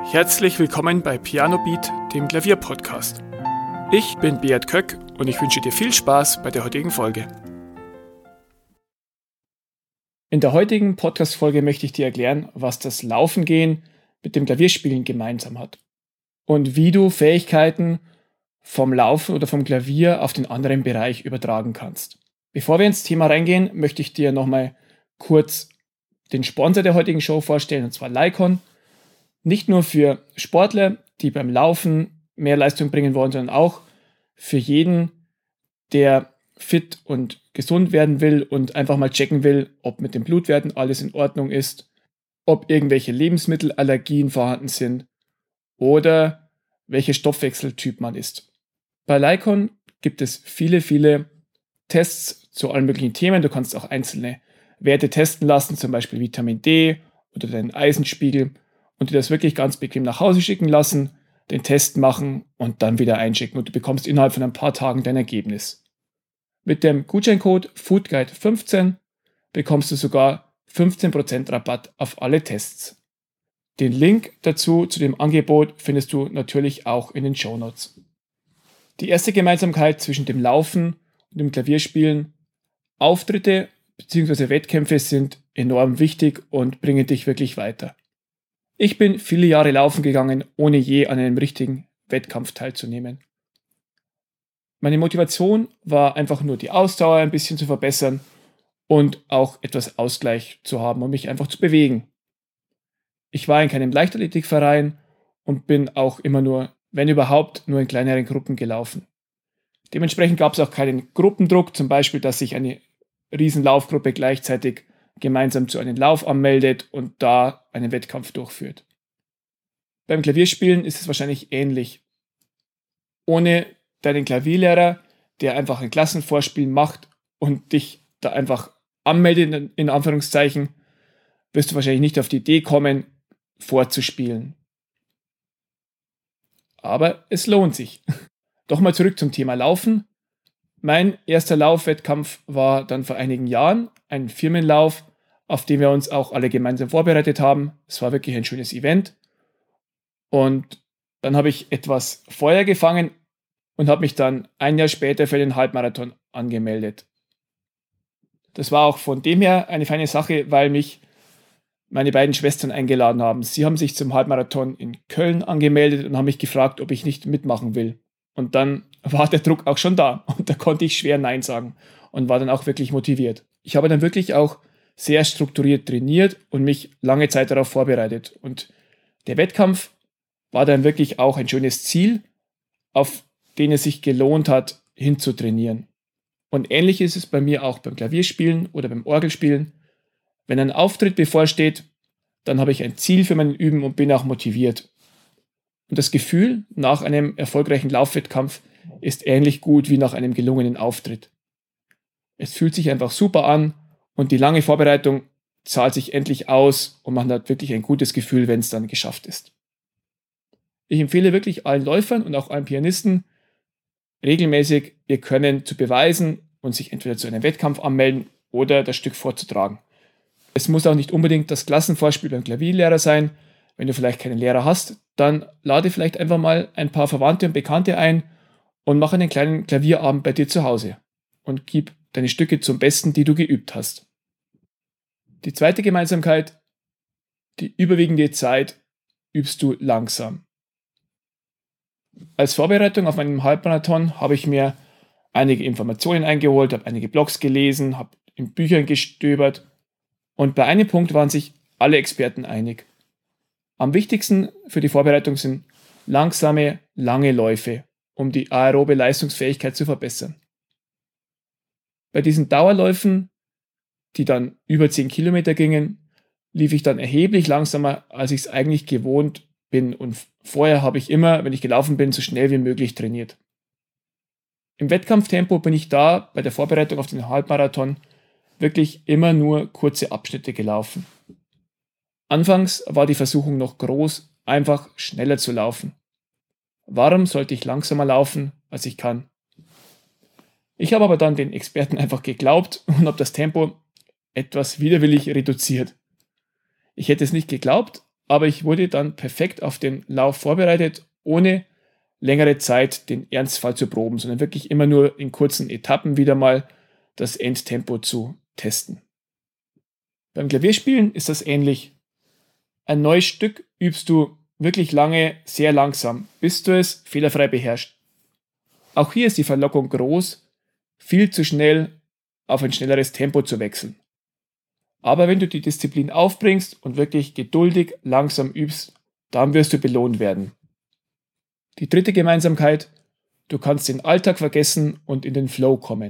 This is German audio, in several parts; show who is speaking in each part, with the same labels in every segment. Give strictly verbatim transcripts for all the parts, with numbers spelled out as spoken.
Speaker 1: Herzlich willkommen bei Piano Beat, dem Klavierpodcast. Ich bin Beat Köck und ich wünsche dir viel Spaß bei der heutigen Folge. In der heutigen Podcast-Folge möchte ich dir erklären, was das Laufengehen mit dem Klavierspielen gemeinsam hat und wie du Fähigkeiten vom Laufen oder vom Klavier auf den anderen Bereich übertragen kannst. Bevor wir ins Thema reingehen, möchte ich dir nochmal kurz den Sponsor der heutigen Show vorstellen, und zwar Lycon. Nicht nur für Sportler, die beim Laufen mehr Leistung bringen wollen, sondern auch für jeden, der fit und gesund werden will und einfach mal checken will, ob mit den Blutwerten alles in Ordnung ist, ob irgendwelche Lebensmittelallergien vorhanden sind oder welcher Stoffwechseltyp man ist. Bei Lycon gibt es viele, viele Tests zu allen möglichen Themen. Du kannst auch einzelne Werte testen lassen, zum Beispiel Vitamin D oder deinen Eisenspiegel, und dir das wirklich ganz bequem nach Hause schicken lassen, den Test machen und dann wieder einschicken, und du bekommst innerhalb von ein paar Tagen dein Ergebnis. Mit dem Gutscheincode foodguide fünfzehn bekommst du sogar fünfzehn Prozent Rabatt auf alle Tests. Den Link dazu zu dem Angebot findest du natürlich auch in den Shownotes. Die erste Gemeinsamkeit zwischen dem Laufen und dem Klavierspielen: Auftritte bzw. Wettkämpfe sind enorm wichtig und bringen dich wirklich weiter. Ich bin viele Jahre laufen gegangen, ohne je an einem richtigen Wettkampf teilzunehmen. Meine Motivation war einfach nur, die Ausdauer ein bisschen zu verbessern und auch etwas Ausgleich zu haben und mich einfach zu bewegen. Ich war in keinem Leichtathletikverein und bin auch immer nur, wenn überhaupt, nur in kleineren Gruppen gelaufen. Dementsprechend gab es auch keinen Gruppendruck, zum Beispiel, dass sich eine Riesenlaufgruppe gleichzeitig gemeinsam zu einem Lauf anmeldet und da einen Wettkampf durchführt. Beim Klavierspielen ist es wahrscheinlich ähnlich. Ohne deinen Klavierlehrer, der einfach ein Klassenvorspiel macht und dich da einfach anmeldet, in Anführungszeichen, wirst du wahrscheinlich nicht auf die Idee kommen, vorzuspielen. Aber es lohnt sich. Doch mal zurück zum Thema Laufen. Mein erster Laufwettkampf war dann vor einigen Jahren ein Firmenlauf, auf den wir uns auch alle gemeinsam vorbereitet haben. Es war wirklich ein schönes Event. Und dann habe ich etwas Feuer gefangen und habe mich dann ein Jahr später für den Halbmarathon angemeldet. Das war auch von dem her eine feine Sache, weil mich meine beiden Schwestern eingeladen haben. Sie haben sich zum Halbmarathon in Köln angemeldet und haben mich gefragt, ob ich nicht mitmachen will. Und dann war der Druck auch schon da und da konnte ich schwer Nein sagen und war dann auch wirklich motiviert. Ich habe dann wirklich auch sehr strukturiert trainiert und mich lange Zeit darauf vorbereitet. Und der Wettkampf war dann wirklich auch ein schönes Ziel, auf den es sich gelohnt hat, hinzutrainieren. Und ähnlich ist es bei mir auch beim Klavierspielen oder beim Orgelspielen. Wenn ein Auftritt bevorsteht, dann habe ich ein Ziel für mein Üben und bin auch motiviert. Und das Gefühl nach einem erfolgreichen Laufwettkampf ist ähnlich gut wie nach einem gelungenen Auftritt. Es fühlt sich einfach super an und die lange Vorbereitung zahlt sich endlich aus und man hat wirklich ein gutes Gefühl, wenn es dann geschafft ist. Ich empfehle wirklich allen Läufern und auch allen Pianisten, regelmäßig ihr Können zu beweisen und sich entweder zu einem Wettkampf anmelden oder das Stück vorzutragen. Es muss auch nicht unbedingt das Klassenvorspiel beim Klavierlehrer sein. Wenn du vielleicht keinen Lehrer hast, dann lade vielleicht einfach mal ein paar Verwandte und Bekannte ein und mach einen kleinen Klavierabend bei dir zu Hause und gib deine Stücke zum Besten, die du geübt hast. Die zweite Gemeinsamkeit: die überwiegende Zeit übst du langsam. Als Vorbereitung auf meinen Halbmarathon habe ich mir einige Informationen eingeholt, habe einige Blogs gelesen, habe in Büchern gestöbert und bei einem Punkt waren sich alle Experten einig. Am wichtigsten für die Vorbereitung sind langsame, lange Läufe, um die aerobe Leistungsfähigkeit zu verbessern. Bei diesen Dauerläufen, die dann über zehn Kilometer gingen, lief ich dann erheblich langsamer, als ich es eigentlich gewohnt bin, und vorher habe ich immer, wenn ich gelaufen bin, so schnell wie möglich trainiert. Im Wettkampftempo bin ich da bei der Vorbereitung auf den Halbmarathon wirklich immer nur kurze Abschnitte gelaufen. Anfangs war die Versuchung noch groß, einfach schneller zu laufen. Warum sollte ich langsamer laufen, als ich kann? Ich habe aber dann den Experten einfach geglaubt und habe das Tempo etwas widerwillig reduziert. Ich hätte es nicht geglaubt, aber ich wurde dann perfekt auf den Lauf vorbereitet, ohne längere Zeit den Ernstfall zu proben, sondern wirklich immer nur in kurzen Etappen wieder mal das Endtempo zu testen. Beim Klavierspielen ist das ähnlich. Ein neues Stück übst du wirklich lange, sehr langsam, bis du es fehlerfrei beherrschst. Auch hier ist die Verlockung groß, viel zu schnell auf ein schnelleres Tempo zu wechseln. Aber wenn du die Disziplin aufbringst und wirklich geduldig langsam übst, dann wirst du belohnt werden. Die dritte Gemeinsamkeit: Du kannst den Alltag vergessen und in den Flow kommen.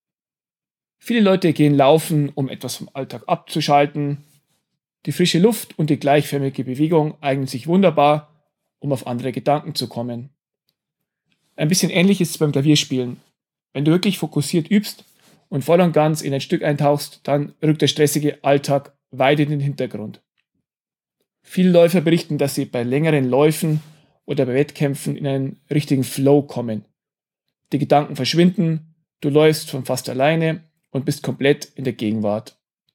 Speaker 1: Viele Leute gehen laufen, um etwas vom Alltag abzuschalten. Die frische Luft und die gleichförmige Bewegung eignen sich wunderbar, um auf andere Gedanken zu kommen. Ein bisschen ähnlich ist es beim Klavierspielen. Wenn du wirklich fokussiert übst und voll und ganz in ein Stück eintauchst, dann rückt der stressige Alltag weit in den Hintergrund. Viele Läufer berichten, dass sie bei längeren Läufen oder bei Wettkämpfen in einen richtigen Flow kommen. Die Gedanken verschwinden, du läufst von fast alleine und bist komplett in der Gegenwart.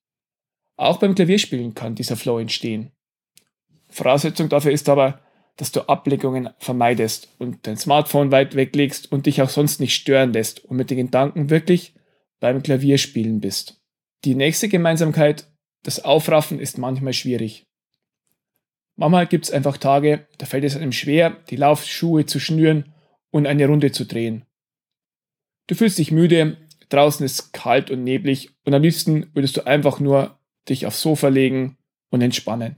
Speaker 1: Auch beim Klavierspielen kann dieser Flow entstehen. Voraussetzung dafür ist aber, dass du Ablenkungen vermeidest und dein Smartphone weit weglegst und dich auch sonst nicht stören lässt und mit den Gedanken wirklich beim Klavierspielen bist. Die nächste Gemeinsamkeit: Das Aufraffen ist manchmal schwierig. Manchmal gibt es einfach Tage, da fällt es einem schwer, die Laufschuhe zu schnüren und eine Runde zu drehen. Du fühlst dich müde, draußen ist kalt und neblig und am liebsten würdest du einfach nur dich aufs Sofa legen und entspannen.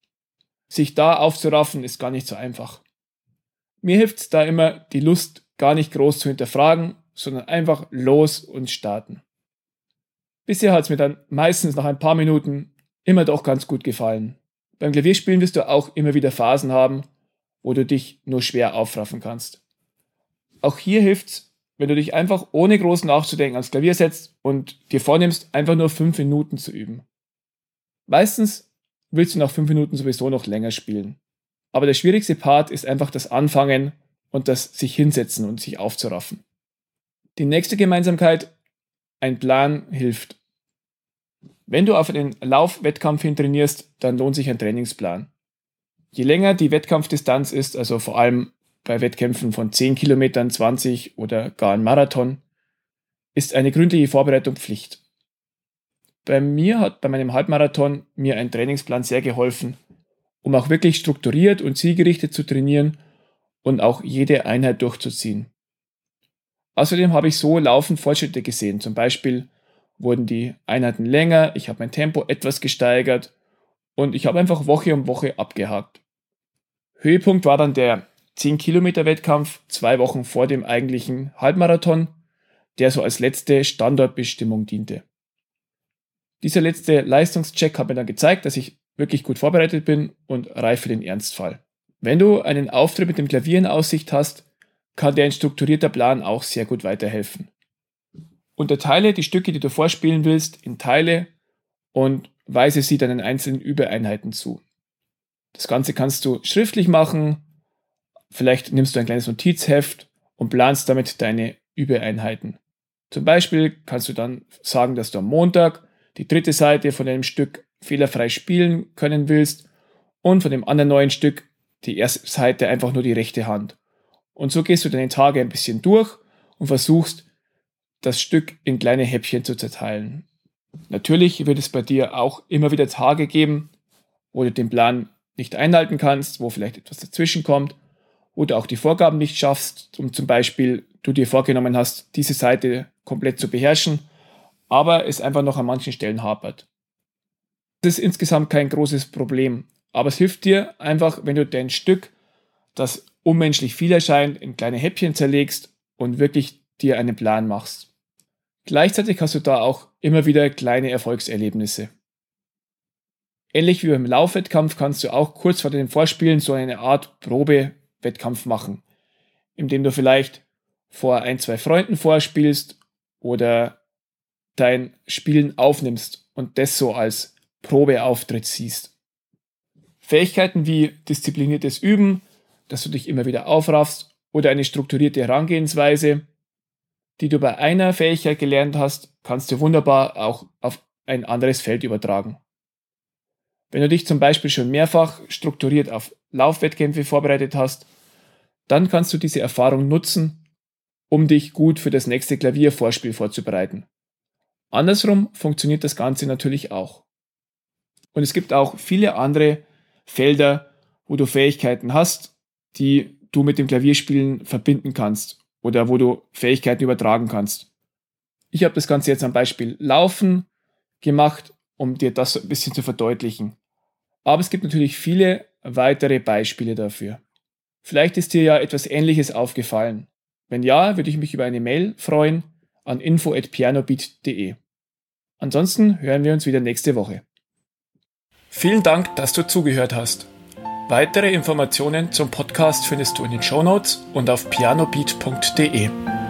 Speaker 1: Sich da aufzuraffen ist gar nicht so einfach. Mir hilft es da immer, die Lust gar nicht groß zu hinterfragen, sondern einfach los und starten. Bisher hat es mir dann meistens nach ein paar Minuten immer doch ganz gut gefallen. Beim Klavierspielen wirst du auch immer wieder Phasen haben, wo du dich nur schwer aufraffen kannst. Auch hier hilft es, wenn du dich einfach ohne groß nachzudenken ans Klavier setzt und dir vornimmst, einfach nur fünf Minuten zu üben. Meistens willst du nach fünf Minuten sowieso noch länger spielen. Aber der schwierigste Part ist einfach das Anfangen und das sich hinsetzen und sich aufzuraffen. Die nächste Gemeinsamkeit: Ein Plan hilft. Wenn du auf einen Laufwettkampf hin trainierst, dann lohnt sich ein Trainingsplan. Je länger die Wettkampfdistanz ist, also vor allem bei Wettkämpfen von zehn Kilometern, zwanzig oder gar ein Marathon, ist eine gründliche Vorbereitung Pflicht. Bei mir hat bei meinem Halbmarathon mir ein Trainingsplan sehr geholfen, um auch wirklich strukturiert und zielgerichtet zu trainieren und auch jede Einheit durchzuziehen. Außerdem habe ich so laufend Fortschritte gesehen. Zum Beispiel wurden die Einheiten länger, ich habe mein Tempo etwas gesteigert und ich habe einfach Woche um Woche abgehakt. Höhepunkt war dann der zehn Kilometer Wettkampf zwei Wochen vor dem eigentlichen Halbmarathon, der so als letzte Standortbestimmung diente. Dieser letzte Leistungscheck hat mir dann gezeigt, dass ich wirklich gut vorbereitet bin und reif für den Ernstfall. Wenn du einen Auftritt mit dem Klavier in Aussicht hast, kann dir ein strukturierter Plan auch sehr gut weiterhelfen. Unterteile die Stücke, die du vorspielen willst, in Teile und weise sie dann in einzelnen Übeeinheiten zu. Das Ganze kannst du schriftlich machen, vielleicht nimmst du ein kleines Notizheft und planst damit deine Übeeinheiten. Zum Beispiel kannst du dann sagen, dass du am Montag die dritte Seite von einem Stück fehlerfrei spielen können willst und von dem anderen neuen Stück die erste Seite einfach nur die rechte Hand. Und so gehst du deine Tage ein bisschen durch und versuchst, das Stück in kleine Häppchen zu zerteilen. Natürlich wird es bei dir auch immer wieder Tage geben, wo du den Plan nicht einhalten kannst, wo vielleicht etwas dazwischen kommt, wo du auch die Vorgaben nicht schaffst, um zum Beispiel du dir vorgenommen hast, diese Seite komplett zu beherrschen, aber es einfach noch an manchen Stellen hapert. Das ist insgesamt kein großes Problem, aber es hilft dir einfach, wenn du dein Stück, das unmenschlich viel erscheint, in kleine Häppchen zerlegst und wirklich dir einen Plan machst. Gleichzeitig hast du da auch immer wieder kleine Erfolgserlebnisse. Ähnlich wie beim Laufwettkampf kannst du auch kurz vor dem Vorspielen so eine Art Probewettkampf machen, indem du vielleicht vor ein, zwei Freunden vorspielst oder dein Spielen aufnimmst und das so als Probeauftritt siehst. Fähigkeiten wie diszipliniertes Üben, dass du dich immer wieder aufraffst, oder eine strukturierte Herangehensweise, die du bei einer Fähigkeit gelernt hast, kannst du wunderbar auch auf ein anderes Feld übertragen. Wenn du dich zum Beispiel schon mehrfach strukturiert auf Laufwettkämpfe vorbereitet hast, dann kannst du diese Erfahrung nutzen, um dich gut für das nächste Klaviervorspiel vorzubereiten. Andersrum funktioniert das Ganze natürlich auch. Und es gibt auch viele andere Felder, wo du Fähigkeiten hast, die du mit dem Klavierspielen verbinden kannst oder wo du Fähigkeiten übertragen kannst. Ich habe das Ganze jetzt am Beispiel Laufen gemacht, um dir das ein bisschen zu verdeutlichen. Aber es gibt natürlich viele weitere Beispiele dafür. Vielleicht ist dir ja etwas Ähnliches aufgefallen. Wenn ja, würde ich mich über eine Mail freuen an info at pianobeat punkt de. Ansonsten hören wir uns wieder nächste Woche. Vielen Dank, dass du zugehört hast. Weitere Informationen zum Podcast findest du in den Shownotes und auf pianobeat punkt de.